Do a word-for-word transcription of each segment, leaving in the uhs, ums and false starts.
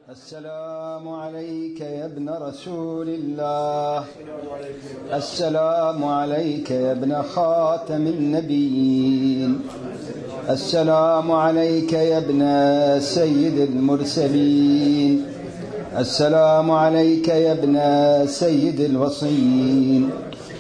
السلام عليك يا ابن رسول الله. السلام عليك يا ابن خاتم النبيين. السلام عليك يا ابن سيد المرسلين. السلام عليك يا ابن سيد الوصيين.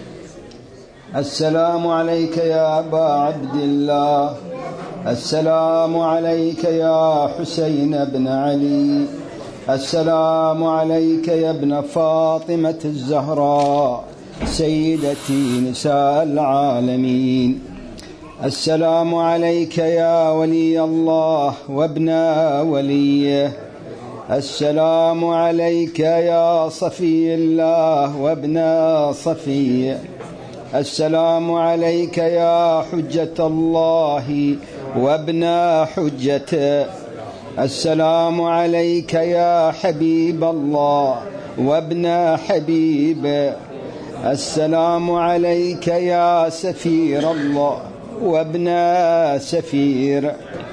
السلام عليك يا أبا عبد الله. السلام عليك يا حسين بن علي. السلام عليك يا ابن فاطمة الزهراء سيدتي نساء العالمين. السلام عليك يا ولي الله وابن وليه. السلام عليك يا صفي الله وابن صفيه. السلام عليك يا حجة الله وابن حجته. السلام عليك يا حبيب الله وابن حبيبه. السلام عليك يا سفير الله وابن سفير.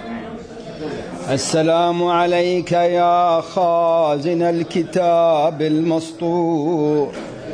السلام عليك يا خازن الكتاب المسطور.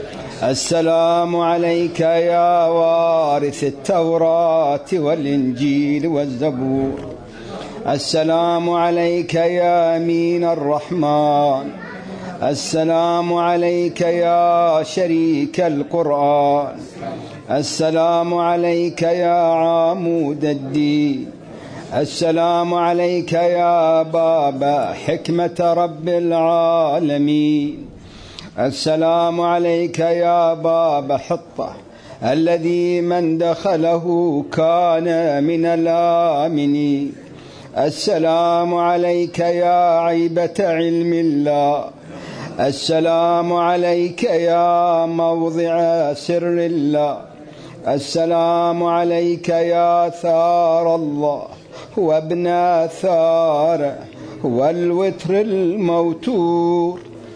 السلام عليك يا وارث التوراة والإنجيل والزبور. السلام عليك يا أمين الرحمن. السلام عليك يا شريك القرآن. السلام عليك يا عمود الدين. السلام عليك يا باب حكمة رب العالمين. السلام عليك يا باب حطة الذي من دخله كان من الآمنين. السلام عليك يا عيبة علم الله. السلام عليك يا موضع سر الله. السلام عليك يا ثار الله وابن ثار والوتر الموتور.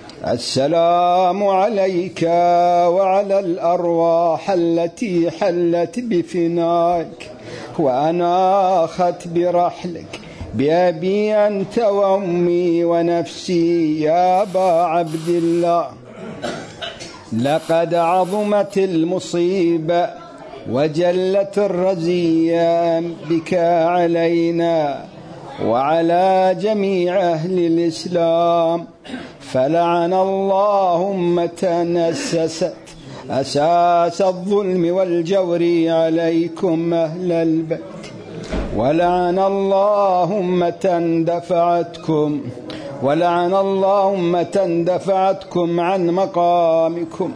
السلام عليك وعلى الأرواح التي حلت بفنائك وأناخت برحلك بأبي أنت وأمي ونفسي يا أبا عبد الله. لقد عظمت المصيبة وجلت الرزية بك علينا وعلى جميع أهل الإسلام، فلعن اللهم تنسست أساس الظلم والجور عليكم أهل البيت، ولعن اللهم تندفعتكم ولعن اللهم تندفعتكم عن مقامكم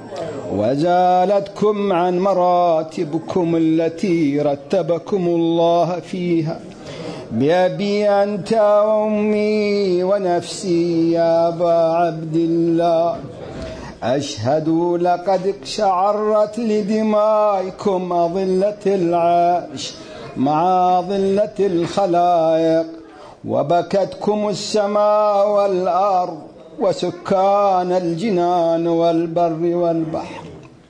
وزالتكم عن مراتبكم التي رتبكم الله فيها بأبي أنت وأمي ونفسي يا أبا عبد الله. أشهد لقد اقشعرت لدمائكم أظلة العرش مع ظلة الخلائق، وبكتكم السماء والأرض وسكان الجنان والبر والبحر.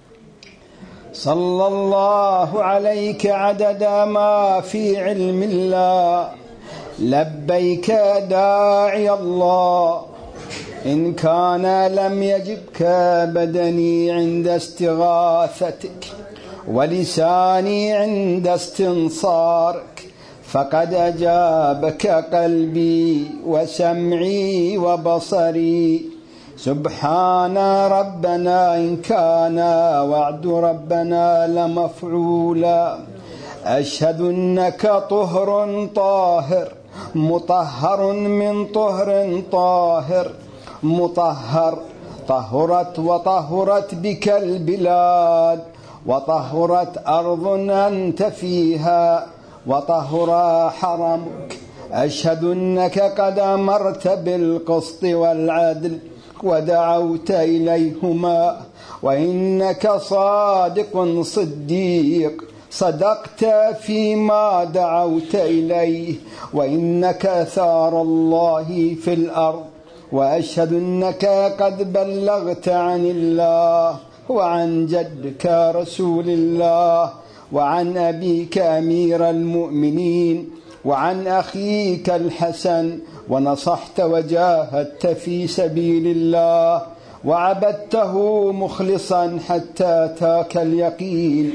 صلى الله عليك عدد ما في علم الله. لبيك داعي الله. إن كان لم يجبك بدني عند استغاثتك ولساني عند استنصارك، فقد أجابك قلبي وسمعي وبصري. سبحان ربنا إن كان وعد ربنا لمفعولا. أشهد أنك طهر طاهر مطهر من طهر طاهر مطهر. طهرت وطهرت بك البلاد، وطهرت أرض أنت فيها، وطهر حرمك. أشهد أنك قد أمرت بالقسط والعدل ودعوت إليهما، وإنك صادق صديق صدقت فيما دعوت إليه، وإنك ثار الله في الأرض. وأشهد أنك قد بلغت عن الله وعن جدك رسول الله وعن أبيك أمير المؤمنين وعن أخيك الحسن، ونصحت وجاهدت في سبيل الله وعبدته مخلصا حتى أتاك اليقين،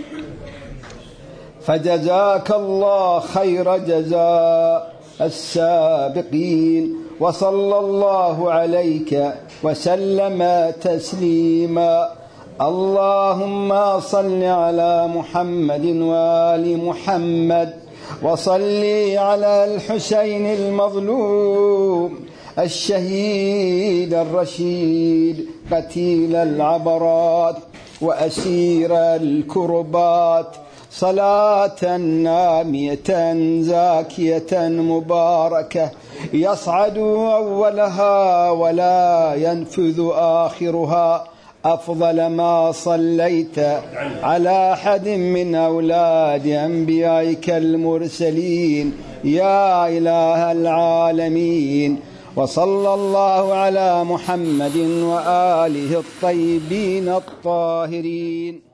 فجزاك الله خير جزاء السابقين، وصلى الله عليك وسلم تسليما. اللهم صل على محمد وآل محمد، وصل على الحسين المظلوم الشهيد الرشيد قتيل العبرات وأسير الكربات، صلاة نامية زاكية مباركة يصعد أولها ولا ينفذ آخرها، أفضل ما صليت على أحد من أولاد أنبيائك المرسلين يا إله العالمين. وصلى الله على محمد وآله الطيبين الطاهرين.